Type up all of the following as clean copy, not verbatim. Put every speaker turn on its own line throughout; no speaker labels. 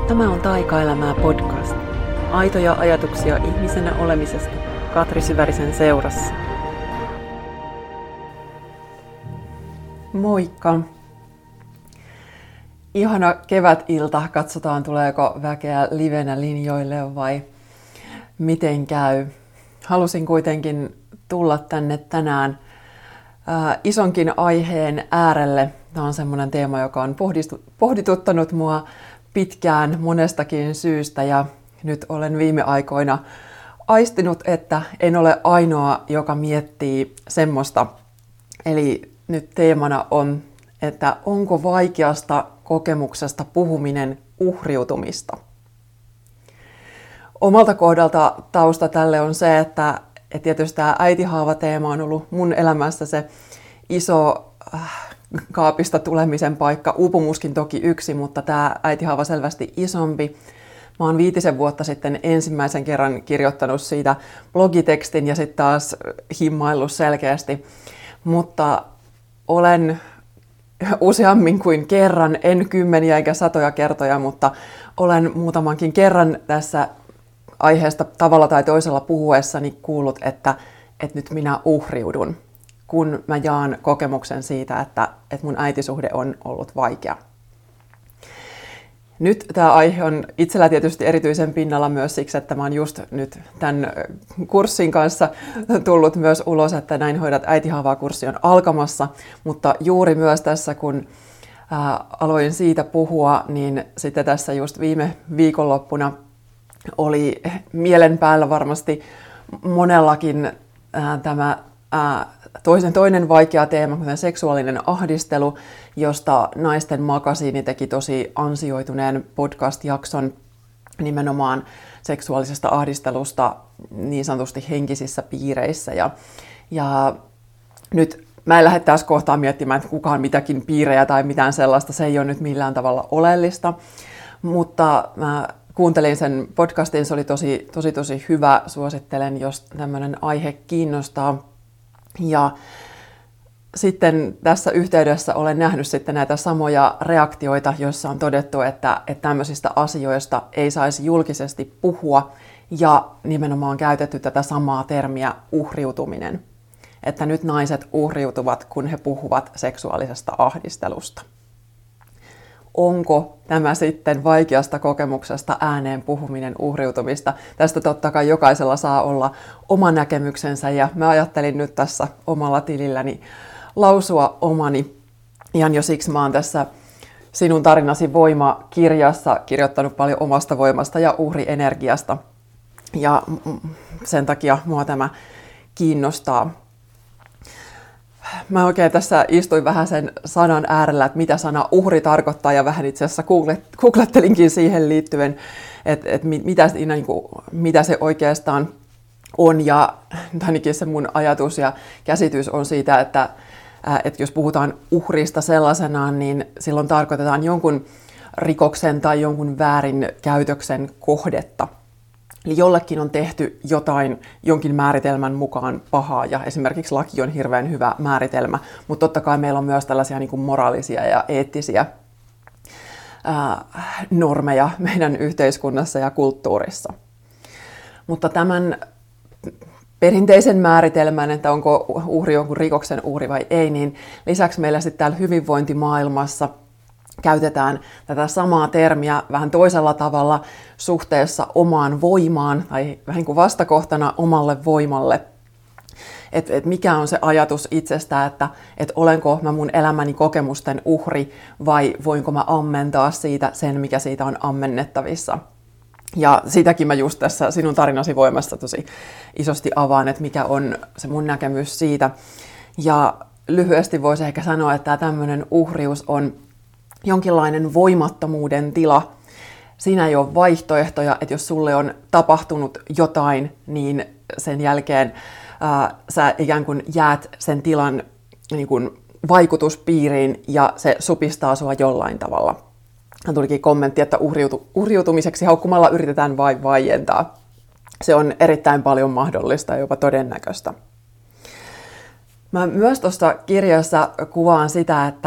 Tämä on Taika-elämää podcast. Aitoja ajatuksia ihmisenä olemisesta Katri Syvärisen seurassa. Moikka! Ihana kevätilta. Katsotaan, tuleeko väkeä livenä linjoille vai miten käy. Halusin kuitenkin tulla tänne tänään isonkin aiheen äärelle. Tämä on semmoinen teema, joka on pohdituttanut mua pitkään monestakin syystä ja nyt olen viime aikoina aistinut, että en ole ainoa, joka miettii semmoista. Eli nyt teemana on, että onko vaikeasta kokemuksesta puhuminen uhriutumista? Omalta kohdalta tausta tälle on se, että tietysti tämä äitihaava-teema on ollut mun elämässä se iso kaapista tulemisen paikka. Uupumuskin toki yksi, mutta tämä äitihaava selvästi isompi. Mä oon 5 vuotta sitten ensimmäisen kerran kirjoittanut siitä blogitekstin ja sitten taas himmaillut selkeästi. Mutta olen useammin kuin kerran, en kymmeniä eikä satoja kertoja, mutta olen muutamankin kerran tässä aiheesta tavalla tai toisella puhuessani kuullut, että nyt minä uhriudun, kun mä jaan kokemuksen siitä, että mun äitisuhde on ollut vaikea. Nyt tämä aihe on itsellä tietysti erityisen pinnalla myös siksi, että mä oon just nyt tämän kurssin kanssa tullut myös ulos, että Näin hoidat äitihaavaa -kurssi on alkamassa, mutta juuri myös tässä, kun aloin siitä puhua, niin sitten tässä just viime viikonloppuna oli mielen päällä varmasti monellakin tämä toinen vaikea teema, kuten seksuaalinen ahdistelu, josta Naisten Makasiini teki tosi ansioituneen podcast-jakson nimenomaan seksuaalisesta ahdistelusta niin sanotusti henkisissä piireissä. Ja nyt mä en lähde tässä kohtaa miettimään, että kukaan mitäkin piirejä tai mitään sellaista, se ei ole nyt millään tavalla oleellista, mutta mä kuuntelin sen podcastin, se oli tosi hyvä, suosittelen, jos tämmöinen aihe kiinnostaa. Ja sitten tässä yhteydessä olen nähnyt sitten näitä samoja reaktioita, joissa on todettu, että tämmöisistä asioista ei saisi julkisesti puhua ja nimenomaan käytetty tätä samaa termiä uhriutuminen. Että nyt naiset uhriutuvat, kun he puhuvat seksuaalisesta ahdistelusta. Onko tämä sitten vaikeasta kokemuksesta ääneen puhuminen uhriutumista? Tästä totta kai jokaisella saa olla oma näkemyksensä ja mä ajattelin nyt tässä omalla tililläni lausua omani. Ihan jo siksi mä oon tässä Sinun tarinasi voima -kirjassa kirjoittanut paljon omasta voimasta ja uhrienergiasta. Ja sen takia mua tämä kiinnostaa. Mä oikein tässä istuin vähän sen sanan äärellä, että mitä sana uhri tarkoittaa, ja vähän itse asiassa googlettelinkin siihen liittyen, että mitä se oikeastaan on. Ja ainakin se mun ajatus ja käsitys on siitä, että jos puhutaan uhrista sellaisenaan, niin silloin tarkoitetaan jonkun rikoksen tai jonkun väärinkäytöksen kohdetta. Eli jollekin on tehty jotain jonkin määritelmän mukaan pahaa, ja esimerkiksi laki on hirveän hyvä määritelmä, mutta totta kai meillä on myös tällaisia niin kuin moraalisia ja eettisiä normeja meidän yhteiskunnassa ja kulttuurissa. Mutta tämän perinteisen määritelmän, että onko uhri jonkun rikoksen uhri vai ei, niin lisäksi meillä sitten täällä hyvinvointimaailmassa käytetään tätä samaa termiä vähän toisella tavalla suhteessa omaan voimaan tai vähän kuin vastakohtana omalle voimalle. Et mikä on se ajatus itsestä, että olenko mä mun elämäni kokemusten uhri vai voinko mä ammentaa siitä sen, mikä siitä on ammennettavissa. Ja sitäkin mä just tässä Sinun tarinasi voimassa tosi isosti avaan, että mikä on se mun näkemys siitä. Ja lyhyesti voisi ehkä sanoa, että tämmöinen uhrius on jonkinlainen voimattomuuden tila. Siinä ei ole vaihtoehtoja, että jos sulle on tapahtunut jotain, niin sen jälkeen sä ikään kuin jäät sen tilan niin kuin vaikutuspiiriin ja se supistaa sua jollain tavalla. Tulikin kommentti, että uhriutumiseksi haukkumalla yritetään vain vaientaa. Se on erittäin paljon mahdollista ja jopa todennäköistä. Mä myös tuossa kirjassa kuvaan sitä,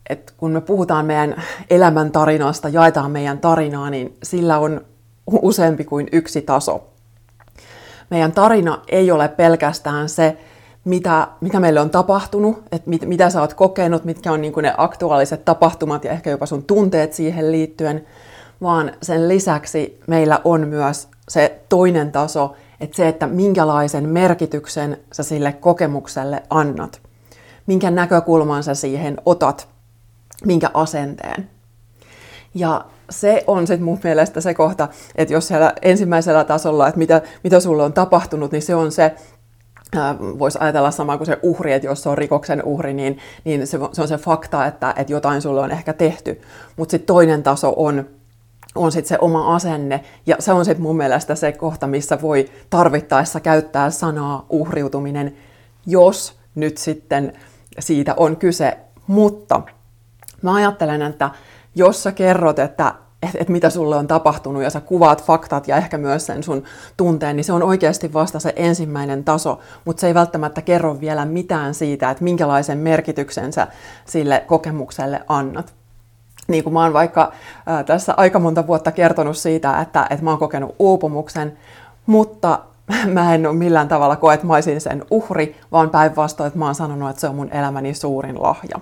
että kun me puhutaan meidän elämän tarinasta, jaetaan meidän tarinaa, niin sillä on useampi kuin yksi taso. Meidän tarina ei ole pelkästään se, mitä meille on tapahtunut, että mitä sä oot kokenut, mitkä on niin kuin ne aktuaaliset tapahtumat ja ehkä jopa sun tunteet siihen liittyen, vaan sen lisäksi meillä on myös se toinen taso, että se, että minkälaisen merkityksen sä sille kokemukselle annat, minkä näkökulman sä siihen otat, minkä asenteen. Ja se on sitten mun mielestä se kohta, että jos siellä ensimmäisellä tasolla, että mitä sulle on tapahtunut, niin se on se, voisi ajatella sama kuin se uhri, että jos se on rikoksen uhri, niin se on se fakta, että jotain sulle on ehkä tehty. Mutta sitten toinen taso on sitten se oma asenne, ja se on sitten mun mielestä se kohta, missä voi tarvittaessa käyttää sanaa uhriutuminen, jos nyt sitten siitä on kyse. Mutta mä ajattelen, että jos sä kerrot, että mitä sulle on tapahtunut ja sä kuvaat faktat ja ehkä myös sen sun tunteen, niin se on oikeasti vasta se ensimmäinen taso, mutta se ei välttämättä kerro vielä mitään siitä, että minkälaisen merkityksen sä sille kokemukselle annat. Niin kuin mä oon vaikka tässä aika monta vuotta kertonut siitä, että mä oon kokenut uupumuksen, mutta mä en ole millään tavalla koe, että mä olisin sen uhri, vaan päinvastoin, että mä oon sanonut, että se on mun elämäni suurin lahja.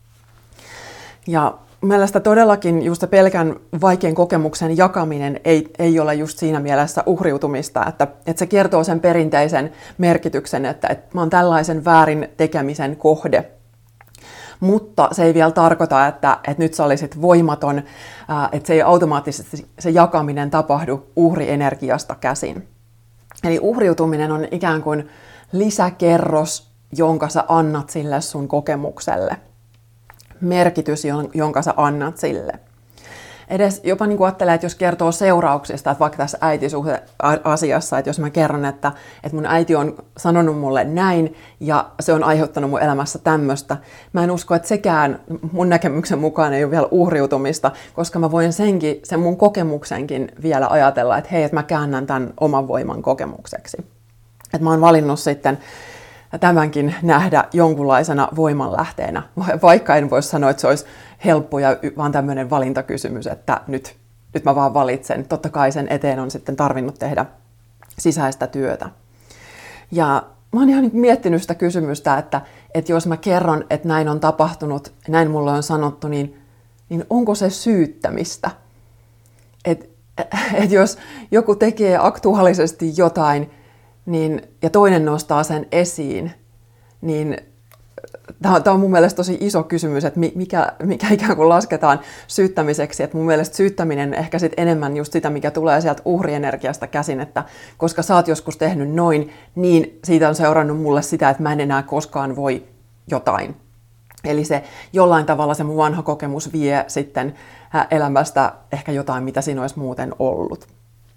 Ja mielestäni todellakin just se pelkän vaikean kokemuksen jakaminen ei ole just siinä mielessä uhriutumista, että se kertoo sen perinteisen merkityksen, että mä oon tällaisen väärin tekemisen kohde. Mutta se ei vielä tarkoita, että nyt sä olisit voimaton, että se ei automaattisesti se jakaminen tapahdu uhrienergiasta käsin. Eli uhriutuminen on ikään kuin lisäkerros, jonka sä annat sille sun kokemukselle. Merkitys, jonka sä annat sille. Edes jopa niin kuin ajattelee, että jos kertoo seurauksista, että vaikka tässä äitisuhde-asiassa, että jos mä kerron, että mun äiti on sanonut mulle näin ja se on aiheuttanut mun elämässä tämmöistä, mä en usko, että sekään mun näkemyksen mukaan ei ole vielä uhriutumista, koska mä voin sen mun kokemuksenkin vielä ajatella, että hei, että mä käännän tämän oman voiman kokemukseksi. Että mä oon valinnut sitten tämänkin nähdä jonkunlaisena voimanlähteenä, vaikka en voi sanoa, että se olisi helppo ja vaan tämmöinen valintakysymys, että nyt mä vaan valitsen. Totta kai sen eteen on sitten tarvinnut tehdä sisäistä työtä. Ja mä oon ihan miettinyt sitä kysymystä, että jos mä kerron, että näin on tapahtunut, näin mulle on sanottu, niin onko se syyttämistä? Että jos joku tekee aktuaalisesti jotain, ja toinen nostaa sen esiin, niin tämä on mun mielestä tosi iso kysymys, että mikä ikään kuin lasketaan syyttämiseksi. Että mun mielestä syyttäminen ehkä sit enemmän just sitä, mikä tulee sieltä uhrienergiasta käsin, että koska sä oot joskus tehnyt noin, niin siitä on seurannut mulle sitä, että mä en enää koskaan voi jotain. Eli se jollain tavalla se mun vanha kokemus vie sitten elämästä ehkä jotain, mitä siinä olisi muuten ollut.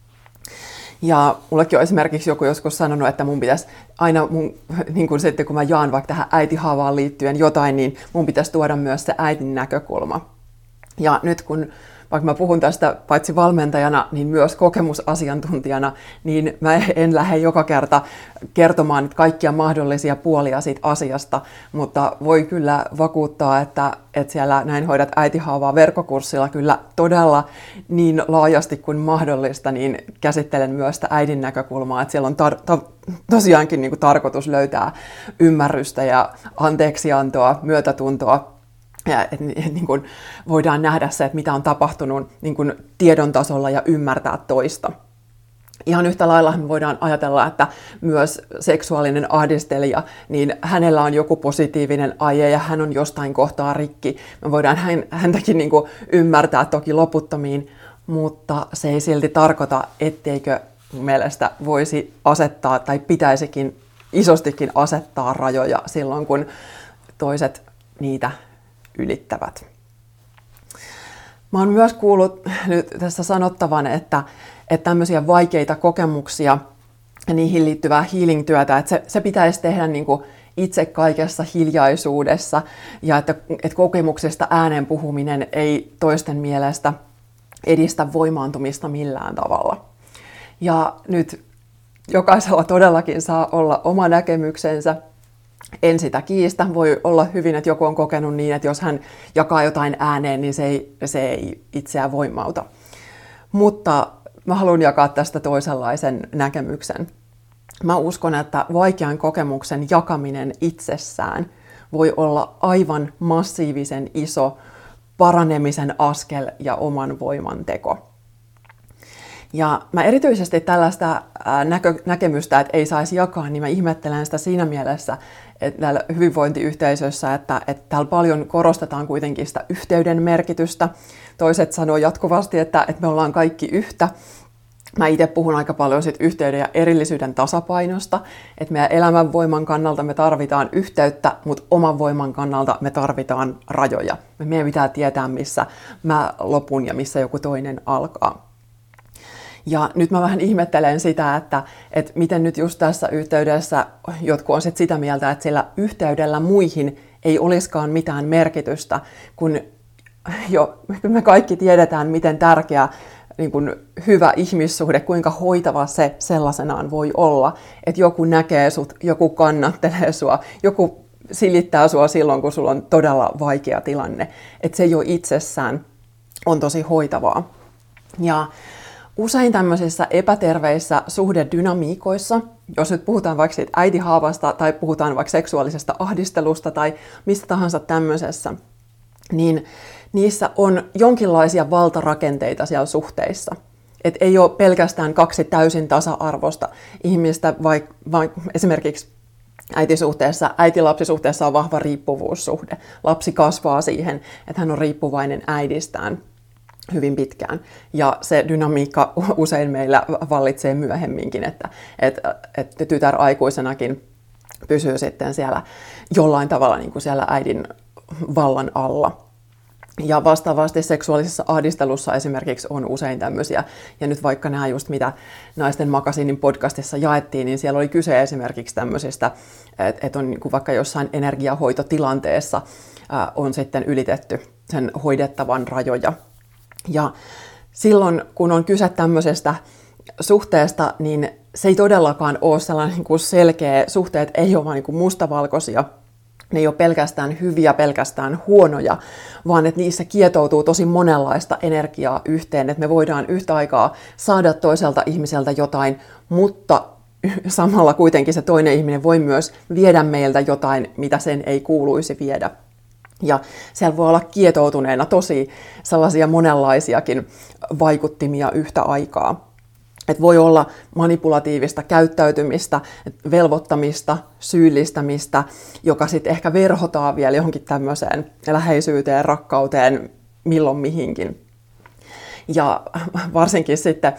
Ja mullekin on esimerkiksi joku joskus sanonut, että mun pitäisi aina, niin kun sitten kun mä jaan vaikka tähän äitihaavaan liittyen jotain, niin mun pitäisi tuoda myös se äitin näkökulma. Ja nyt kun vaikka mä puhun tästä paitsi valmentajana, niin myös kokemusasiantuntijana, niin mä en lähde joka kerta kertomaan kaikkia mahdollisia puolia siitä asiasta, mutta voi kyllä vakuuttaa, että siellä Näin hoidat äitihaavaa -verkkokurssilla kyllä todella niin laajasti kuin mahdollista, niin käsittelen myös sitä äidin näkökulmaa, että siellä on tosiaankin niin kuin tarkoitus löytää ymmärrystä ja anteeksiantoa, myötätuntoa. Ja niin kuin voidaan nähdä se, että mitä on tapahtunut niin kuin tiedon tasolla ja ymmärtää toista. Ihan yhtä lailla me voidaan ajatella, että myös seksuaalinen ahdistelija, niin hänellä on joku positiivinen aie ja hän on jostain kohtaa rikki. Me voidaan häntäkin niin kuin ymmärtää toki loputtomiin, mutta se ei silti tarkoita, etteikö mun mielestä voisi asettaa tai pitäisikin isostikin asettaa rajoja silloin, kun toiset niitä ylittävät. Mä oon myös kuullut nyt tässä sanottavan, että tämmöisiä vaikeita kokemuksia ja niihin liittyvää healing-työtä, että se pitäisi tehdä niin kuin itse kaikessa hiljaisuudessa ja että kokemuksesta ääneen puhuminen ei toisten mielestä edistä voimaantumista millään tavalla. Ja nyt jokaisella todellakin saa olla oma näkemyksensä en sitä kiistä. Voi olla hyvin, että joku on kokenut niin, että jos hän jakaa jotain ääneen, niin se ei itseään voimauta. Mutta mä haluan jakaa tästä toisenlaisen näkemyksen. Mä uskon, että vaikean kokemuksen jakaminen itsessään voi olla aivan massiivisen iso paranemisen askel ja oman voiman teko. Ja mä erityisesti tällaista näkemystä, että ei saisi jakaa, niin mä ihmettelen sitä siinä mielessä, että täällä hyvinvointiyhteisössä, että täällä paljon korostetaan kuitenkin sitä yhteyden merkitystä. Toiset sanoo jatkuvasti, että me ollaan kaikki yhtä. Mä itse puhun aika paljon siitä yhteyden ja erillisyyden tasapainosta, että meidän elämän voiman kannalta me tarvitaan yhteyttä, mutta oman voiman kannalta me tarvitaan rajoja. Meidän pitää tietää, missä mä lopun ja missä joku toinen alkaa. Ja nyt mä vähän ihmettelen sitä, että miten nyt just tässä yhteydessä jotkut on sitä mieltä, että sillä yhteydellä muihin ei olisikaan mitään merkitystä, kun me kaikki tiedetään, miten tärkeä niin kuin hyvä ihmissuhde, kuinka hoitava se sellaisenaan voi olla, että joku näkee sut, joku kannattelee sua, joku silittää sua silloin, kun sulla on todella vaikea tilanne, että se jo itsessään on tosi hoitavaa. Ja usein tämmöisissä epäterveissä suhdedynamiikoissa, jos nyt puhutaan vaikka siitä äitihaavasta tai puhutaan vaikka seksuaalisesta ahdistelusta tai mistä tahansa tämmöisessä, niin niissä on jonkinlaisia valtarakenteita siellä suhteissa. Et ei ole pelkästään kaksi täysin tasa-arvoista ihmistä, vaikka esimerkiksi äiti-lapsisuhteessa on vahva riippuvuussuhde. Lapsi kasvaa siihen, että hän on riippuvainen äidistään hyvin pitkään. Ja se dynamiikka usein meillä vallitsee myöhemminkin, että tytär aikuisenakin pysyy sitten siellä jollain tavalla niin kuin siellä äidin vallan alla. Ja vastaavasti seksuaalisessa ahdistelussa esimerkiksi on usein tämmöisiä, ja nyt vaikka nämä just mitä Naisten Makasiinin podcastissa jaettiin, niin siellä oli kyse esimerkiksi tämmöisistä, että on niin kuin vaikka jossain energiahoitotilanteessa on sitten ylitetty sen hoidettavan rajoja. Ja silloin, kun on kyse tämmöisestä suhteesta, niin se ei todellakaan ole sellainen niin kuin selkeä, suhteet ei ole vain niin kuin mustavalkoisia, ne ei ole pelkästään hyviä, pelkästään huonoja, vaan että niissä kietoutuu tosi monenlaista energiaa yhteen, että me voidaan yhtä aikaa saada toiselta ihmiseltä jotain, mutta samalla kuitenkin se toinen ihminen voi myös viedä meiltä jotain, mitä sen ei kuuluisi viedä. Ja siellä voi olla kietoutuneena tosi sellaisia monenlaisiakin vaikuttimia yhtä aikaa. Että voi olla manipulatiivista käyttäytymistä, velvoittamista, syyllistämistä, joka sitten ehkä verhotaan vielä johonkin tämmöiseen läheisyyteen, rakkauteen, milloin mihinkin. Ja varsinkin sitten,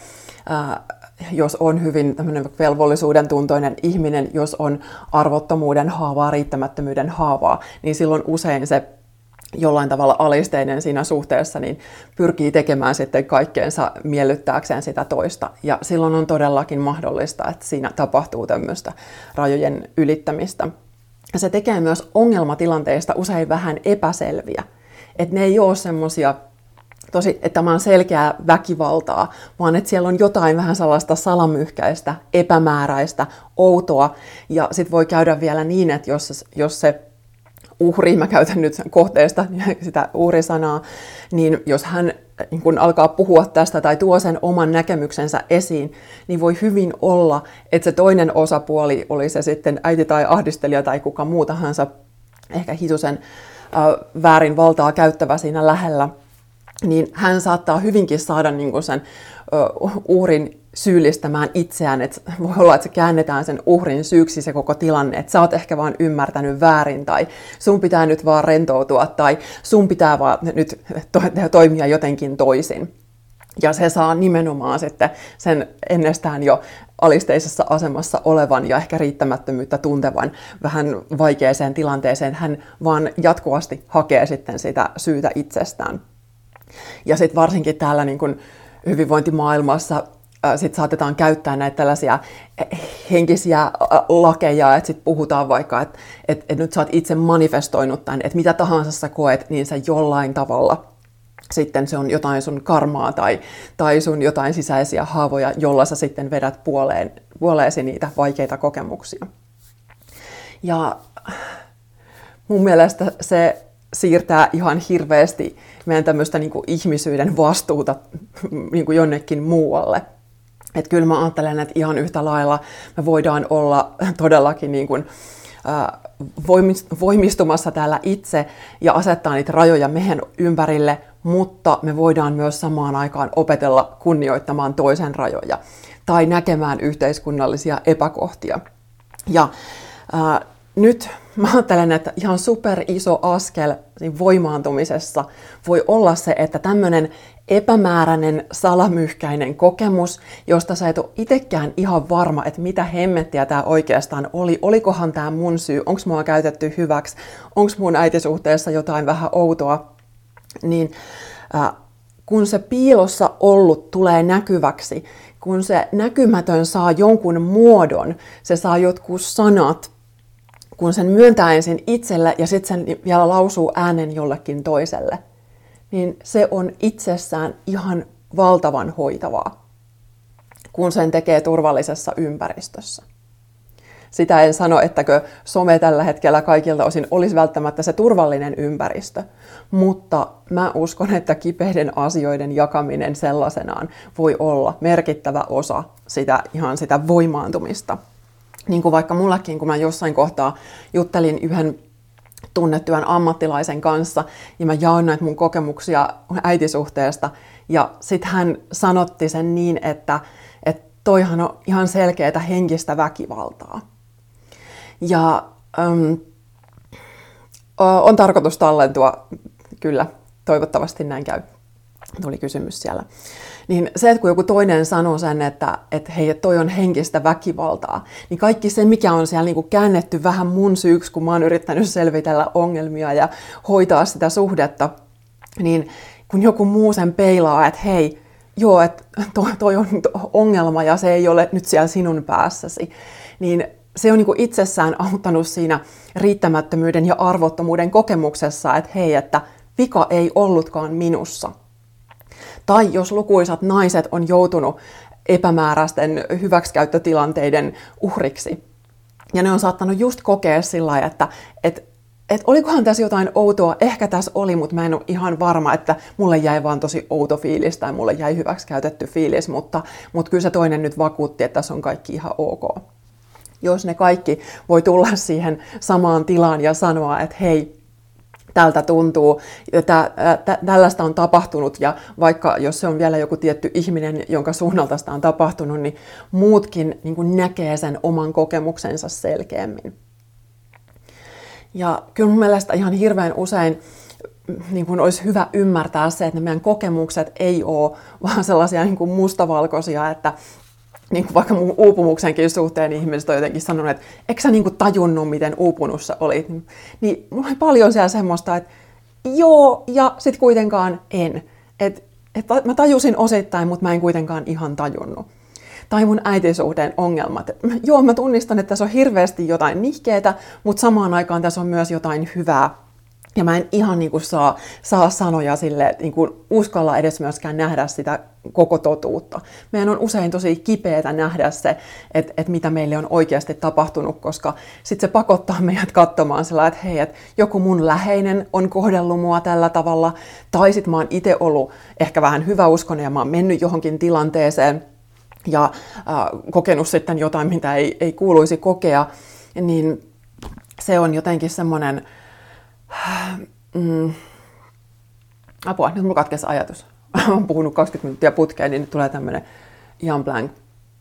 jos on hyvin tämmöinen velvollisuuden tuntoinen ihminen, jos on arvottomuuden haavaa, riittämättömyyden haavaa, niin silloin usein se jollain tavalla alisteinen siinä suhteessa, niin pyrkii tekemään sitten kaikkeensa miellyttääkseen sitä toista. Ja silloin on todellakin mahdollista, että siinä tapahtuu tämmöistä rajojen ylittämistä. Ja se tekee myös ongelmatilanteista usein vähän epäselviä. Että ne ei ole semmoisia, että tämä on selkeää väkivaltaa, vaan että siellä on jotain vähän sellaista salamyhkäistä, epämääräistä, outoa. Ja sitten voi käydä vielä niin, että jos se uhri, mä käytän nyt kohteesta sitä uhrisanaa, niin jos hän kun alkaa puhua tästä tai tuo sen oman näkemyksensä esiin, niin voi hyvin olla, että se toinen osapuoli, oli se sitten äiti tai ahdistelija tai kuka muu tahansa, ehkä hitusen väärin valtaa käyttävä siinä lähellä, niin hän saattaa hyvinkin saada niin kuin sen uhrin syyllistämään itseään, että voi olla, että se käännetään sen uhrin syyksi se koko tilanne, että sä oot ehkä vaan ymmärtänyt väärin, tai sun pitää nyt vaan rentoutua, tai sun pitää vaan nyt toimia jotenkin toisin. Ja se saa nimenomaan sitten sen ennestään jo alisteisessa asemassa olevan ja ehkä riittämättömyyttä tuntevan vähän vaikeaseen tilanteeseen. Hän vaan jatkuvasti hakee sitten sitä syytä itsestään. Ja sitten varsinkin täällä niin kun hyvinvointimaailmassa sit saatetaan käyttää näitä tällaisia henkisiä lakeja, että sitten puhutaan vaikka, että nyt sä oot itse manifestoinut tämän, että mitä tahansa sä koet, niin sä jollain tavalla sitten se on jotain sun karmaa tai sun jotain sisäisiä haavoja, jolla sä sitten vedät puoleesi niitä vaikeita kokemuksia. Ja mun mielestä se siirtää ihan hirveästi meidän tämmöistä niin kuin ihmisyyden vastuuta niin kuin jonnekin muualle. Että kyllä mä ajattelen, että ihan yhtä lailla me voidaan olla todellakin niin kuin, voimistumassa täällä itse ja asettaa niitä rajoja meidän ympärille, mutta me voidaan myös samaan aikaan opetella kunnioittamaan toisen rajoja tai näkemään yhteiskunnallisia epäkohtia. Ja nyt mä ajattelen, että ihan super iso askel voimaantumisessa voi olla se, että tämmöinen epämääräinen, salamyhkäinen kokemus, josta sä et ole itsekään ihan varma, että mitä hemmettiä tämä oikeastaan oli, olikohan tämä mun syy, onko mua käytetty hyväksi, onko mun äitisuhteessa jotain vähän outoa, niin kun se piilossa ollut tulee näkyväksi, kun se näkymätön saa jonkun muodon, se saa jotkut sanat, kun sen myöntää ensin itselle ja sitten sen vielä lausuu äänen jollekin toiselle, niin se on itsessään ihan valtavan hoitavaa, kun sen tekee turvallisessa ympäristössä. Sitä en sano, ettäkö some tällä hetkellä kaikilta osin olisi välttämättä se turvallinen ympäristö, mutta mä uskon, että kipeiden asioiden jakaminen sellaisenaan voi olla merkittävä osa sitä voimaantumista. Niin kuin vaikka mullakin, kun mä jossain kohtaa juttelin yhden tunnetyön ammattilaisen kanssa, ja mä jaoin näitä mun kokemuksia äitisuhteesta, ja sitten hän sanotti sen niin, että toihan on ihan selkeää henkistä väkivaltaa. Ja on tarkoitus tallentua, kyllä, toivottavasti näin käy. Tuli kysymys siellä. Niin se, että kun joku toinen sanoo sen, että hei, toi on henkistä väkivaltaa, niin kaikki se, mikä on siellä niin kuin käännetty vähän mun syyksi, kun mä oon yrittänyt selvitellä ongelmia ja hoitaa sitä suhdetta, niin kun joku muu sen peilaa, että hei, joo, että toi on ongelma ja se ei ole nyt siellä sinun päässäsi, niin se on niin kuin itsessään auttanut siinä riittämättömyyden ja arvottomuuden kokemuksessa, että hei, että vika ei ollutkaan minussa. Tai jos lukuisat naiset on joutunut epämääräisten hyväksikäyttötilanteiden uhriksi, ja ne on saattanut just kokea sillä lailla, että olikohan tässä jotain outoa, ehkä tässä oli, mutta mä en ole ihan varma, että mulle jäi vaan tosi outo fiilis tai mulle jäi hyväksikäytetty fiilis, mutta kyllä se toinen nyt vakuutti, että tässä on kaikki ihan ok. Jos ne kaikki voi tulla siihen samaan tilaan ja sanoa, että hei, tältä tuntuu, tällaista on tapahtunut, ja vaikka jos se on vielä joku tietty ihminen, jonka suunnalta sitä on tapahtunut, niin muutkin niin kuin näkee sen oman kokemuksensa selkeämmin. Ja kyllä mun mielestä ihan hirveän usein niin kuin olisi hyvä ymmärtää se, että ne meidän kokemukset ei ole vaan sellaisia niin kuin mustavalkoisia, että niin kuin vaikka mun uupumuksenkin suhteen ihmiset on jotenkin sanonut, että eikö sä niin kuin tajunnut, miten uupunut sä olit. Niin mulla oli paljon siellä semmoista, että joo, ja sit kuitenkaan en. Mä tajusin osittain, mutta mä en kuitenkaan ihan tajunnut. Tai mun äitisuhteen ongelmat. Joo, mä tunnistan, että tässä on hirveästi jotain nihkeetä, mutta samaan aikaan tässä on myös jotain hyvää. Ja mä en ihan niin kuin saa sanoja sille, niin kuin uskalla edes myöskään nähdä sitä koko totuutta. Meidän on usein tosi kipeätä nähdä se, että mitä meille on oikeasti tapahtunut, koska sitten se pakottaa meidät katsomaan sillä, että hei, että joku mun läheinen on kohdellut mua tällä tavalla, tai sitten mä oon itse ollut ehkä vähän hyväuskonen ja mä oon mennyt johonkin tilanteeseen ja kokenut sitten jotain, mitä ei kuuluisi kokea, niin se on jotenkin semmoinen apua, nyt mulla katkesi ajatus. Olen puhunut 20 minuuttia putkeen, niin nyt tulee tämmöinen ihan blank.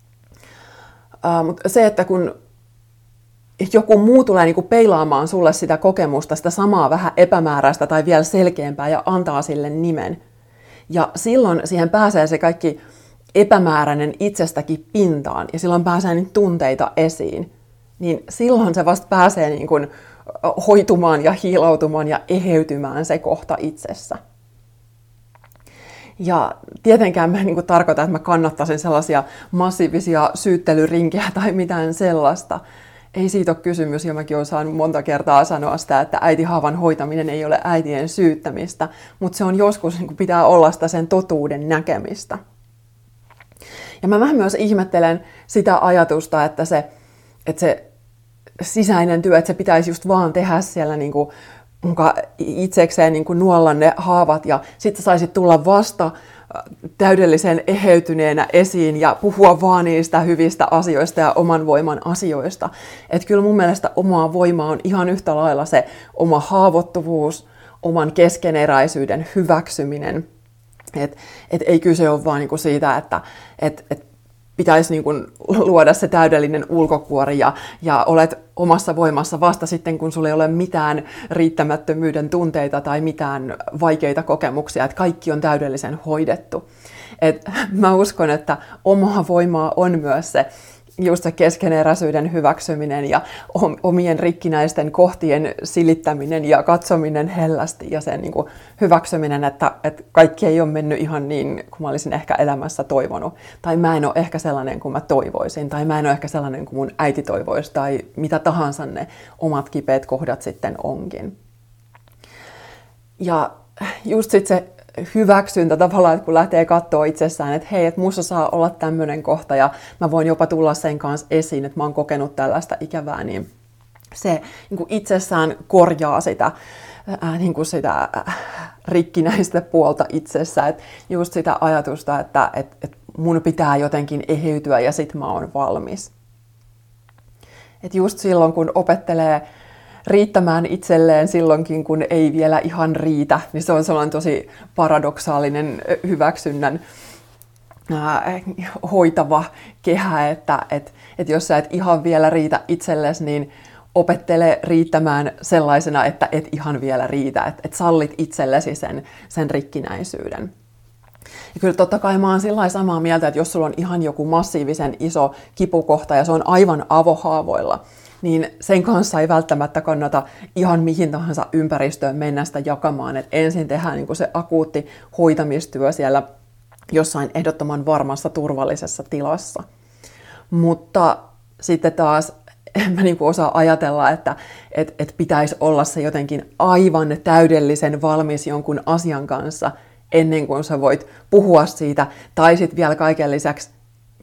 Mutta se, että kun joku muu tulee niinku peilaamaan sulle sitä kokemusta, sitä samaa vähän epämääräistä tai vielä selkeämpää ja antaa sille nimen. Ja silloin siihen pääsee se kaikki epämääräinen itsestäkin pintaan ja silloin pääsee niitä tunteita esiin. Niin silloin se vasta pääsee niin kuin hoitumaan ja hiilautumaan ja eheytymään se kohta itsessä. Ja tietenkään mä en tarkoita, että mä kannattaisin sellaisia massiivisia syyttelyrinkejä tai mitään sellaista. Ei siitä ole kysymys, ja mäkin olen saanut monta kertaa sanoa sitä, että äitihaavan hoitaminen ei ole äitien syyttämistä, mutta se on joskus, niin pitää olla sitä sen totuuden näkemistä. Ja mä vähän myös ihmettelen sitä ajatusta, että se sisäinen työ, että se pitäisi just vaan tehdä siellä niin kuin muka itsekseen niin kuin nuolla ne haavat ja sitten saisit tulla vasta täydellisen eheytyneenä esiin ja puhua vaan niistä hyvistä asioista ja oman voiman asioista. Että kyllä mun mielestä omaa voimaa on ihan yhtä lailla se oma haavoittuvuus, oman keskeneräisyyden hyväksyminen. Et ei kyse ole vaan niinku siitä, että pitäisi niinku luoda se täydellinen ulkokuori ja olet omassa voimassa vasta sitten, kun sulla ei ole mitään riittämättömyyden tunteita tai mitään vaikeita kokemuksia, että kaikki on täydellisen hoidettu. Mä uskon, että omaa voimaa on myös just se keskeneräisyyden hyväksyminen ja omien rikkinäisten kohtien silittäminen ja katsominen hellästi ja sen niin kuin hyväksyminen, että kaikki ei ole mennyt ihan niin kuin mä olisin ehkä elämässä toivonut. Tai mä en ole ehkä sellainen kuin mä toivoisin. Tai mä en ole ehkä sellainen kuin mun äiti toivoisi. Tai mitä tahansa ne omat kipeät kohdat sitten onkin. Ja just sitten se hyväksyntä tavallaan, että kun lähtee katsoa itsessään, että hei, että musta saa olla tämmöinen kohta ja mä voin jopa tulla sen kanssa esiin, että mä oon kokenut tällaista ikävää, niin se niin kuin itsessään korjaa sitä, niin kuin sitä rikkinäistä puolta itsessä, että just sitä ajatusta, että mun pitää jotenkin eheytyä ja sit mä oon valmis. Että just silloin, kun opettelee riittämään itselleen silloinkin, kun ei vielä ihan riitä, niin se on sellainen tosi paradoksaalinen hyväksynnän hoitava kehä, että jos sä et ihan vielä riitä itsellesi, niin opettele riittämään sellaisena, että et ihan vielä riitä, että sallit itsellesi sen rikkinäisyyden. Ja kyllä totta kai mä oon sillä samaa mieltä, että jos sulla on ihan joku massiivisen iso kipukohta ja se on aivan avohaavoilla, niin sen kanssa ei välttämättä kannata ihan mihin tahansa ympäristöön mennä sitä jakamaan. Et ensin tehdään niin kuin se akuutti hoitamistyö siellä jossain ehdottoman varmassa turvallisessa tilassa. Mutta sitten taas en mä niin kuin osaa ajatella, että pitäisi olla se jotenkin aivan täydellisen valmis jonkun asian kanssa ennen kuin sä voit puhua siitä. Tai sitten vielä kaiken lisäksi,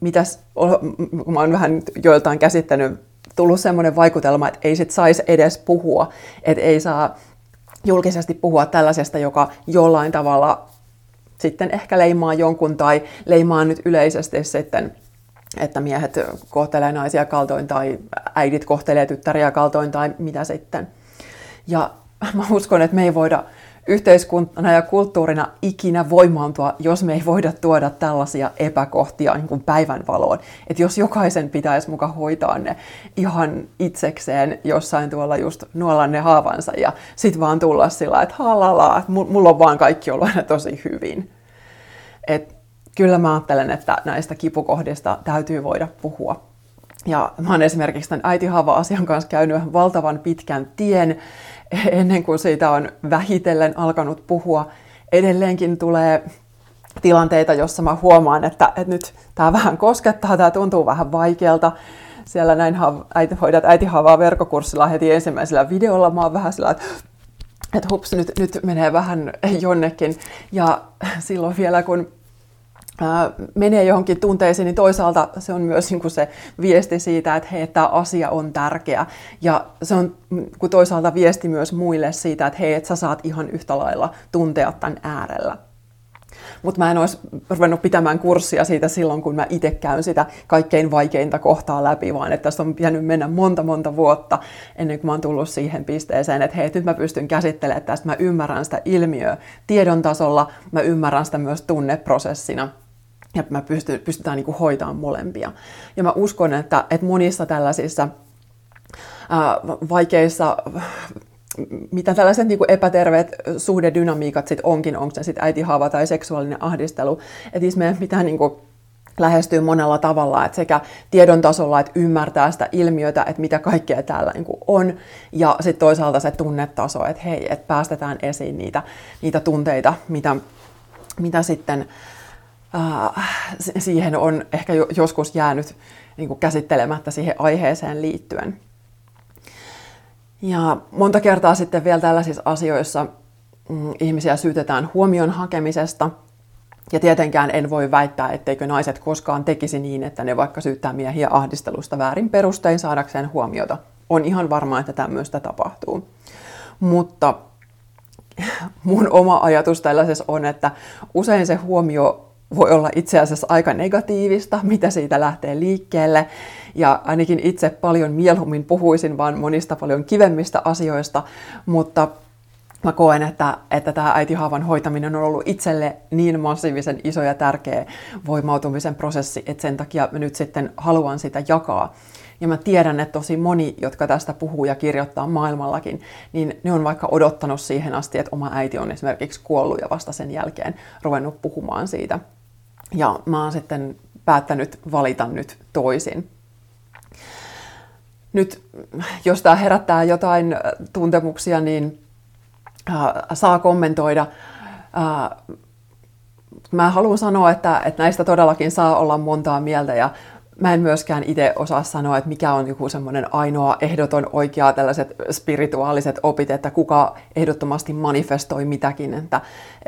kun mä oon vähän joiltain käsittänyt, tullut semmoinen vaikutelma, että ei sit saisi edes puhua, että ei saa julkisesti puhua tällaisesta, joka jollain tavalla sitten ehkä leimaa jonkun tai leimaa nyt yleisesti sitten, että miehet kohtelee naisia kaltoin tai äidit kohtelee tyttäriä kaltoin tai mitä sitten. Ja mä uskon, että me ei voida yhteiskuntana ja kulttuurina ikinä voimaantua, jos me ei voida tuoda tällaisia epäkohtia niin kuin päivänvaloon. Että jos jokaisen pitäisi muka hoitaa ne ihan itsekseen jossain tuolla just nuolla ne haavansa ja sit vaan tulla sillä, että halala, että mulla on vaan kaikki ollut aina tosi hyvin. Et kyllä mä ajattelen, että näistä kipukohdista täytyy voida puhua. Ja mä oon esimerkiksi tämän äitihaava-asian kanssa käynyt valtavan pitkän tien, ennen kuin siitä on vähitellen alkanut puhua. Edelleenkin tulee tilanteita, jossa mä huomaan, että nyt tämä vähän koskettaa, tämä tuntuu vähän vaikealta. Siellä näin hoidat äitihaavaa verkkokurssilla heti ensimmäisellä videolla. Mä oon vähän sillä, että hups, nyt menee vähän jonnekin. Ja silloin vielä, kun menee johonkin tunteisiin, niin toisaalta se on myös niin kuin se viesti siitä, että hei, tämä asia on tärkeä. Ja se on toisaalta viesti myös muille siitä, että hei, että sä saat ihan yhtä lailla tuntea tämän äärellä. Mutta mä en olisi ruvennut pitämään kurssia siitä silloin, kun mä itse käyn sitä kaikkein vaikeinta kohtaa läpi, vaan että tässä on pitänyt mennä monta vuotta ennen kuin mä oon tullut siihen pisteeseen, että hei, nyt mä pystyn käsittelemään tästä, mä ymmärrän sitä ilmiöä tiedon tasolla, mä ymmärrän sitä myös tunneprosessina. Ja me pystytään niin kuin hoitamaan molempia. Ja mä uskon, että monissa tällaisissa vaikeissa, mitä tällaiset niin kuin epäterveet suhdedynamiikat sitten onkin, onko se sitten äitihaava tai seksuaalinen ahdistelu, että siis meidän pitää niin kuin lähestyä monella tavalla, että sekä tiedon tasolla, että ymmärtää sitä ilmiötä, että mitä kaikkea täällä niin kuin on, ja sitten toisaalta se tunnetaso, että hei, että päästetään esiin niitä tunteita, mitä sitten siihen on ehkä joskus jäänyt niin kuin käsittelemättä siihen aiheeseen liittyen. Ja monta kertaa sitten vielä tällaisissa asioissa ihmisiä syytetään huomion hakemisesta. Ja tietenkään en voi väittää, etteikö naiset koskaan tekisi niin, että ne vaikka syyttää miehiä ahdistelusta väärin perustein saadakseen huomiota. on ihan varma, että tämmöistä tapahtuu. Mutta mun oma ajatus tällaisessa on, että usein se huomio voi olla itse asiassa aika negatiivista, mitä siitä lähtee liikkeelle. Ja ainakin itse paljon mieluummin puhuisin vaan monista paljon kivemmistä asioista, mutta mä koen, että tämä äitihaavan hoitaminen on ollut itselle niin massiivisen iso ja tärkeä voimautumisen prosessi, että sen takia mä nyt sitten haluan sitä jakaa. Ja mä tiedän, että tosi moni, jotka tästä puhuu ja kirjoittaa maailmallakin, niin ne on vaikka odottanut siihen asti, että oma äiti on esimerkiksi kuollut ja vasta sen jälkeen ruvennut puhumaan siitä. Ja mä oon sitten päättänyt valita nyt toisin. Nyt, jos tämä herättää jotain tuntemuksia, niin saa kommentoida. Mä haluan sanoa, että näistä todellakin saa olla montaa mieltä ja mä en myöskään itse osaa sanoa, että mikä on joku semmoinen ainoa ehdoton oikea tällaiset spirituaaliset opit, että kuka ehdottomasti manifestoi mitäkin. Että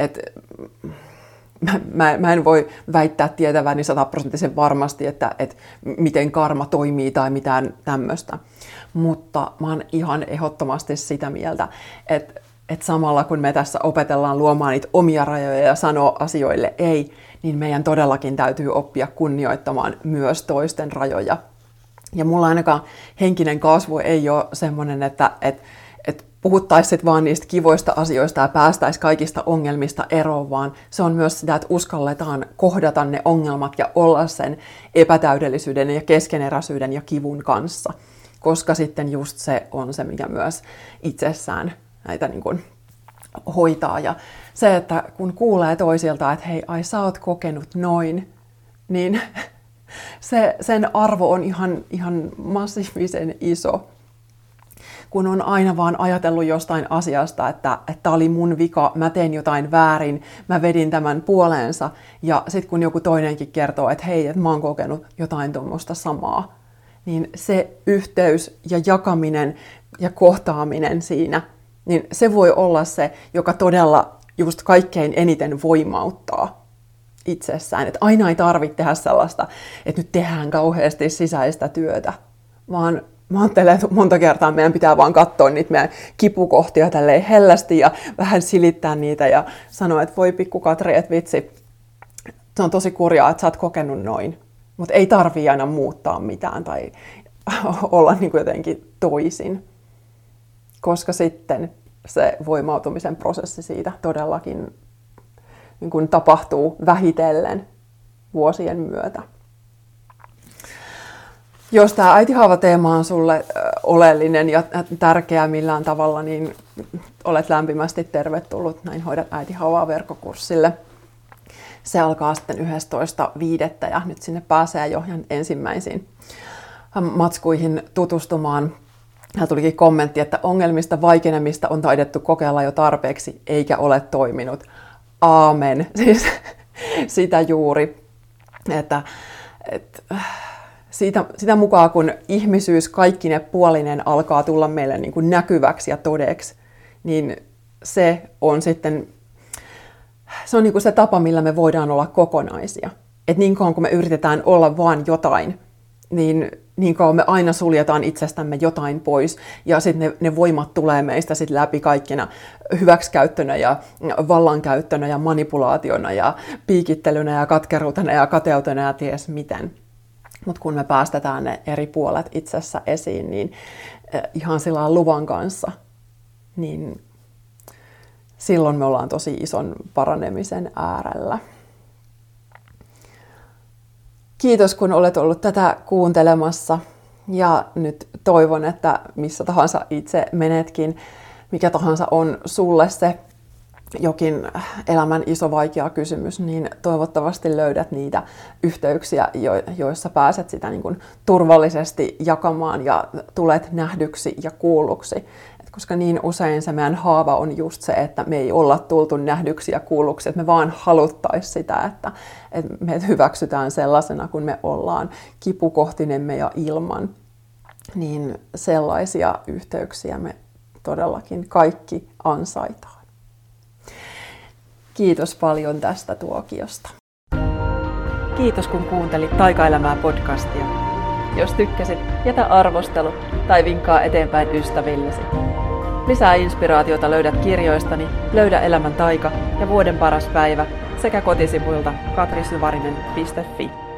mä en voi väittää tietäväni 100% varmasti, että miten karma toimii tai mitään tämmöistä. Mutta mä oon ihan ehdottomasti sitä mieltä, että samalla kun me tässä opetellaan luomaan niitä omia rajoja ja sanoa asioille ei, niin meidän todellakin täytyy oppia kunnioittamaan myös toisten rajoja. Ja mulla ainakaan henkinen kasvu ei ole semmoinen, että puhuttaisiin vaan niistä kivoista asioista ja päästäisiin kaikista ongelmista eroon, vaan se on myös sitä, että uskalletaan kohdata ne ongelmat ja olla sen epätäydellisyyden ja keskeneräisyyden ja kivun kanssa. Koska sitten just se on se, mikä myös itsessään näitä niin kuin hoitaa. Ja se, että kun kuulee toisilta, että hei, ai sä oot kokenut noin, niin sen arvo on ihan massiivisen iso. Kun on aina vaan ajatellut jostain asiasta, että tää oli mun vika, mä tein jotain väärin, mä vedin tämän puoleensa. Ja sitten kun joku toinenkin kertoo, että hei, että mä oon kokenut jotain tuommoista samaa, niin se yhteys ja jakaminen ja kohtaaminen siinä, niin se voi olla se, joka todella just kaikkein eniten voimauttaa itsessään. Että aina ei tarvitse tehdä sellaista, että nyt tehdään kauheasti sisäistä työtä, vaan mä ajattelen, että monta kertaa meidän pitää vaan katsoa niitä meidän kipukohtia tälleen hellästi ja vähän silittää niitä ja sanoa, että voi pikku Katri, että vitsi, se on tosi kurjaa, että sä oot kokenut noin. Mutta ei tarvii aina muuttaa mitään tai olla niin kuin jotenkin toisin, koska sitten se voimautumisen prosessi siitä todellakin niin kuin tapahtuu vähitellen vuosien myötä. Jos tämä äitihaava-teema on sulle oleellinen ja tärkeä millään tavalla, niin olet lämpimästi tervetullut Näin hoidat äitihaavaa -verkkokurssille. Se alkaa sitten 11.5. ja nyt sinne pääsee jo ensimmäisiin matskuihin tutustumaan. Ja tulikin kommentti, että ongelmista vaikenemista on taidettu kokeilla jo tarpeeksi, eikä ole toiminut. Aamen. Siis sitä juuri, että sitä mukaan, kun ihmisyys kaikkine puolinen alkaa tulla meille niin kuin näkyväksi ja todeksi, niin se on sitten niin kuin se tapa, millä me voidaan olla kokonaisia. Et niin kauan kun me yritetään olla vaan jotain, niin kauan me aina suljetaan itsestämme jotain pois, ja sitten ne voimat tulee meistä sit läpi kaikkina hyväksikäyttönä ja vallankäyttönä ja manipulaationa ja piikittelynä ja katkeruutena ja kateutena ja ties miten. Mutta kun me päästetään ne eri puolet itsessä esiin, niin ihan sillä luvan kanssa, niin silloin me ollaan tosi ison paranemisen äärellä. Kiitos, kun olet ollut tätä kuuntelemassa, ja nyt toivon, että missä tahansa itse menetkin, mikä tahansa on sulle se jokin elämän iso vaikea kysymys, niin toivottavasti löydät niitä yhteyksiä, joissa pääset sitä niin kuin turvallisesti jakamaan ja tulet nähdyksi ja kuulluksi. Koska niin usein se meidän haava on just se, että me ei olla tultu nähdyksi ja kuulluksi, että me vaan haluttaisiin sitä, että me hyväksytään sellaisena kuin me ollaan, kipukohtinemme ja ilman. Niin sellaisia yhteyksiä me todellakin kaikki ansaitaan. Kiitos paljon tästä tuokiosta.
Kiitos kun kuuntelit Taikaelämää podcastia.
Jos tykkäsit, jätä arvostelu tai vinkkaa eteenpäin ystävillesi. Lisää inspiraatiota löydät kirjoistani Löydä elämän taika ja Vuoden paras päivä sekä kotisivuilta katrisyvarinen.fi.